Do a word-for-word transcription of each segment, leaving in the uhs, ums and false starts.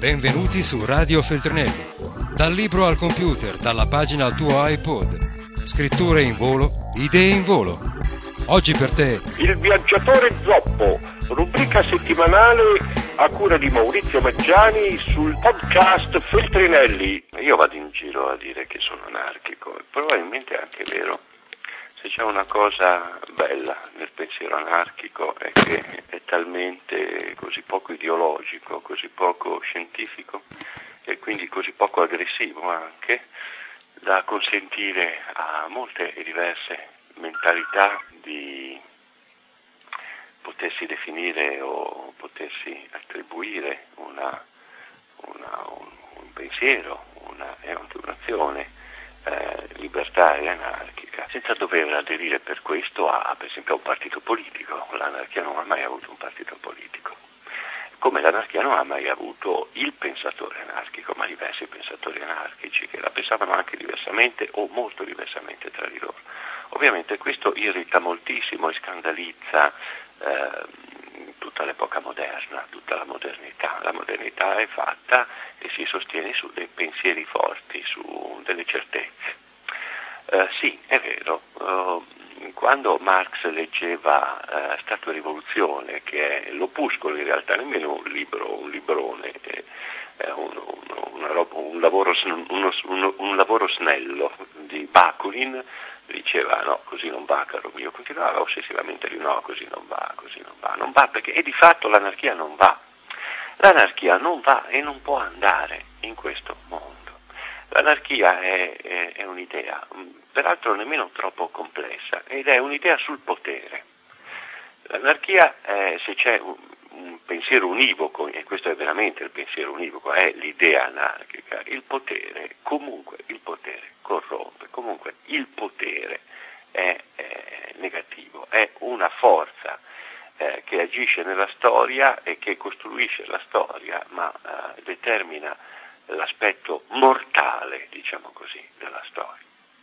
Benvenuti su Radio Feltrinelli. Dal libro al computer, dalla pagina al tuo iPod. Scritture in volo, idee in volo. Oggi per te Il viaggiatore zoppo, rubrica settimanale a cura di Maurizio Maggiani sul podcast Feltrinelli. Io vado in giro a dire che sono anarchico, probabilmente è anche vero. Se c'è una cosa bella nel pensiero anarchico è che è talmente così poco ideologico, così poco scientifico e quindi così poco aggressivo anche da consentire a molte e diverse mentalità di potersi definire o potersi attribuire una, una, un, un pensiero una, e anche un'azione eh, libertaria anarchica, senza dover aderire per questo a, per esempio, a un partito politico. L'anarchia non ha mai avuto un partito politico, come l'anarchia non ha mai avuto il pensatore anarchico, ma diversi pensatori anarchici che la pensavano anche diversamente o molto diversamente tra di loro. Ovviamente questo irrita moltissimo e scandalizza eh, tutta l'epoca moderna, tutta la modernità. La modernità è fatta e si sostiene su dei pensieri forti, su delle certezze. Eh, sì, è vero, eh, quando Marx leggeva eh, Stato e Rivoluzione, che è l'opuscolo in realtà, nemmeno un libro, un librone, è, è un, un, una roba, un, lavoro, uno, uno, un lavoro snello di Bakunin, diceva no, così non va caro mio, continuava ossessivamente di no, così non va, così non va, non va perché, e di fatto l'anarchia non va, l'anarchia non va e non può andare in questo mondo. L'anarchia è, è, è un'idea, peraltro nemmeno troppo complessa, ed è un'idea sul potere. L'anarchia, è, se c'è un, un pensiero univoco, e questo è veramente il pensiero univoco, è l'idea anarchica, il potere, comunque il potere corrompe, comunque il potere è, è negativo, è una forza eh, che agisce nella storia e che costruisce la storia, ma eh, determina l'aspetto mortale, diciamo così, della storia.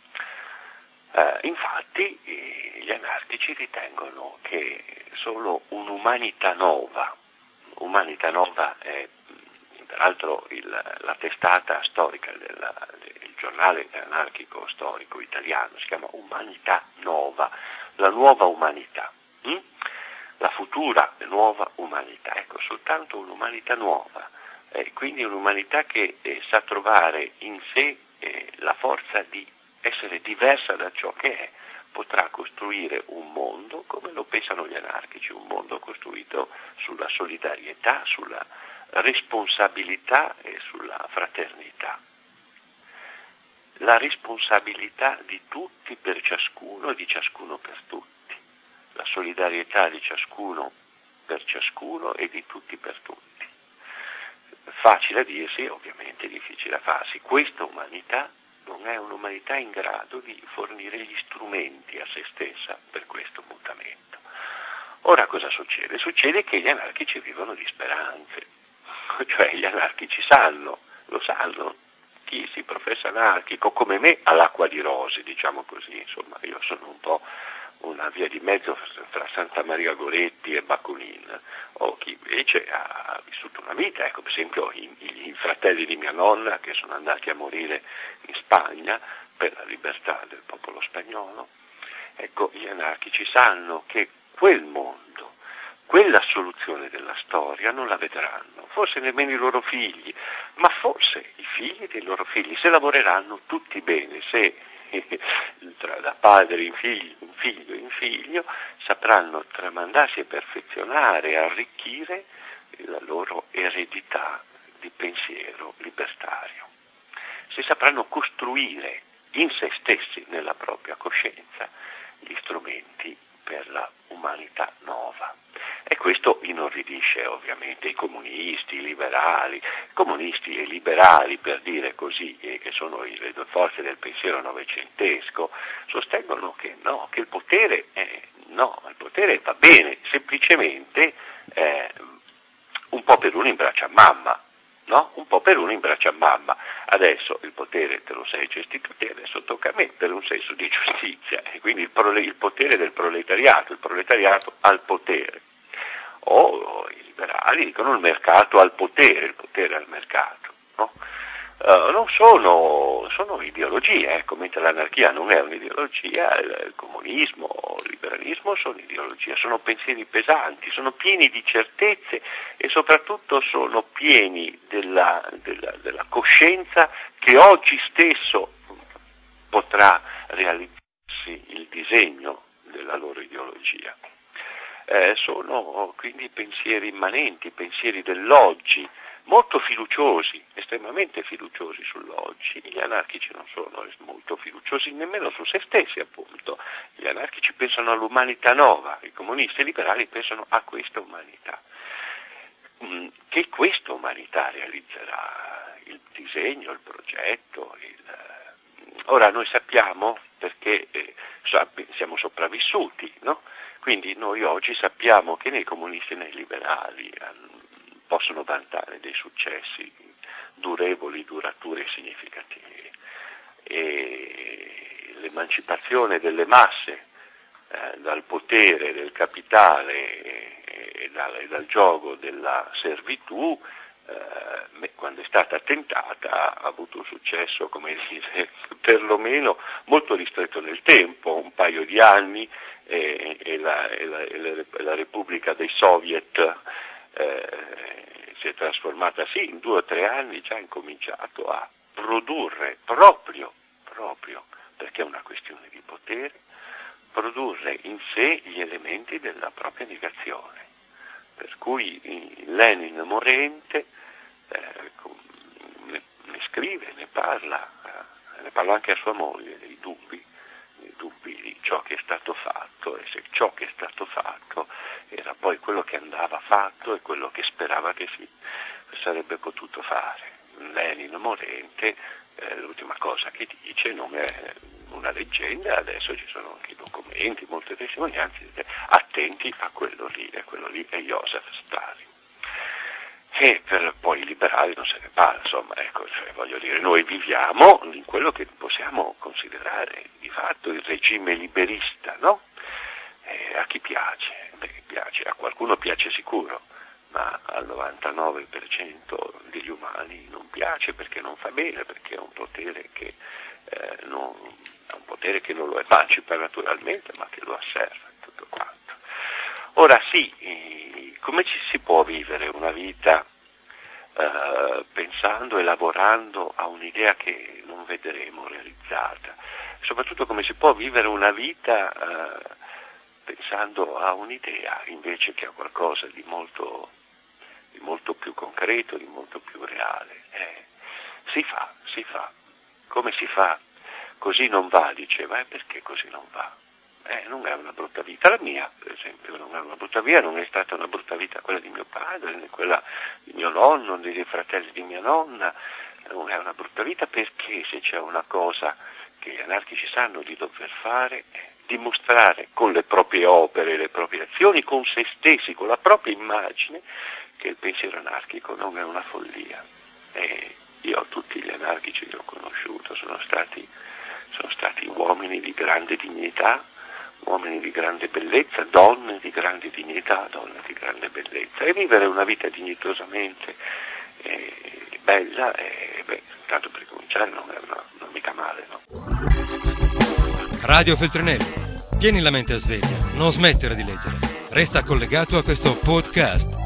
Eh, infatti gli anarchici ritengono che solo un'umanità nuova, umanità nuova è peraltro il, la testata storica del, del giornale anarchico storico italiano, si chiama Umanità Nova, la nuova umanità, hm? la futura nuova umanità, ecco, soltanto un'umanità nuova, eh, quindi un'umanità che eh, sa trovare in sé eh, la forza di essere diversa da ciò che è, potrà costruire un mondo come lo pensano gli anarchici, un mondo costruito sulla solidarietà, sulla responsabilità e sulla fraternità. La responsabilità di tutti per ciascuno e di ciascuno per tutti. La solidarietà di ciascuno per ciascuno e di tutti per tutti. Facile a dirsi, ovviamente difficile a farsi. Questa umanità non è un'umanità in grado di fornire gli strumenti a se stessa per questo mutamento. Ora cosa succede? Succede che gli anarchici vivono di speranze. Cioè gli anarchici sanno, lo sanno, chi si professa anarchico come me all'acqua di rose, diciamo così, insomma io sono un po' una via di mezzo tra Santa Maria Goretti e Bakunin, o chi invece ha vissuto una vita, ecco per esempio i, i, i fratelli di mia nonna che sono andati a morire in Spagna per la libertà del popolo spagnolo. Ecco, gli anarchici sanno che quel mondo, quella soluzione della storia non la vedranno, forse nemmeno i loro figli, ma forse i figli dei loro figli, se lavoreranno tutti bene, se tra, da padre in figlio, in figlio in figlio, sapranno tramandarsi e perfezionare e arricchire la loro eredità di pensiero libertario. Se sapranno costruire in se stessi, nella propria coscienza, gli strumenti per la umanità nuova. E questo inorridisce ovviamente i comunisti, i liberali, comunisti e liberali per dire così, eh, che sono le due forze del pensiero novecentesco, sostengono che no, che il potere, eh, no, il potere va bene, semplicemente eh, un po' per uno in braccio a mamma, no? Un po' per uno in braccio a mamma. Adesso il potere te lo sei gestito te, adesso tocca a me per un senso di giustizia, e quindi il, prole- il potere del proletariato, il proletariato al potere. o i liberali dicono il mercato al potere, il potere al mercato, no? Uh, non sono, sono ideologie, ecco, mentre l'anarchia non è un'ideologia, il, il comunismo, il liberalismo sono ideologie, sono pensieri pesanti, sono pieni di certezze e soprattutto sono pieni della, della, della coscienza che oggi stesso potrà realizzarsi il disegno della loro ideologia. Eh, sono quindi pensieri immanenti, pensieri dell'oggi, molto fiduciosi, estremamente fiduciosi sull'oggi. Gli anarchici non sono molto fiduciosi nemmeno su se stessi, appunto. Gli anarchici pensano all'umanità nuova, i comunisti e i liberali pensano a questa umanità. Che questa umanità realizzerà il disegno, il progetto. Il... Ora noi sappiamo, perché eh, siamo sopravvissuti, no? Quindi noi oggi sappiamo che né i comunisti né i liberali possono vantare dei successi durevoli, duraturi e significativi. E l'emancipazione delle masse eh, dal potere del capitale e, e, dal, e dal giogo della servitù, eh, quando è stata tentata, ha avuto un successo, come dire, perlomeno molto ristretto nel tempo, un paio di anni, e, e, la, e, la, e la, la Repubblica dei Soviet eh, si è trasformata, sì, in due o tre anni già ha incominciato a produrre proprio, proprio perché è una questione di potere, produrre in sé gli elementi della propria negazione. Per cui Lenin morente eh, ne, ne scrive, ne parla, eh, ne parla anche a sua moglie dei dubbi, dei dubbi di ciò che è stato fatto e se ciò che è stato fatto era poi quello che andava fatto e quello che sperava che si sarebbe potuto fare. Lenin morente, eh, l'ultima cosa che dice non è una leggenda, adesso ci sono anche i documenti, molte testimonianze, attenti a quello lì, e quello lì è Joseph Stalin. E per poi i liberali non se ne parla, insomma, ecco, cioè, voglio dire, noi viviamo in quello che possiamo considerare di fatto il regime liberista, no? E a chi piace? Beh, piace, a qualcuno piace sicuro, ma al novantanove per cento degli umani non piace perché non fa bene, perché è un potere che eh, non, è un potere che non lo emancipa naturalmente, ma che lo asserva, tutto quanto. Ora sì, come ci si può vivere una vita eh, pensando e lavorando a un'idea che non vedremo realizzata? Soprattutto come si può vivere una vita eh, pensando a un'idea invece che a qualcosa di molto, di molto più concreto, di molto più reale? Eh, si fa, si fa. Come si fa? Così non va, diceva, eh, perché così non va? Eh, non è una brutta vita, la mia per esempio non è una brutta vita, non è stata una brutta vita quella di mio padre, né quella di mio nonno, né dei fratelli di mia nonna, non è una brutta vita perché se c'è una cosa che gli anarchici sanno di dover fare è dimostrare con le proprie opere, le proprie azioni, con se stessi, con la propria immagine, che il pensiero anarchico non è una follia. E io tutti gli anarchici che ho conosciuto sono stati, sono stati uomini di grande dignità, uomini di grande bellezza, donne di grande dignità, donne di grande bellezza, e vivere una vita dignitosamente eh, bella, eh, beh, tanto per cominciare non è una, non mica male, no? Radio Feltrinelli, tieni la mente a sveglia, non smettere di leggere, resta collegato a questo podcast.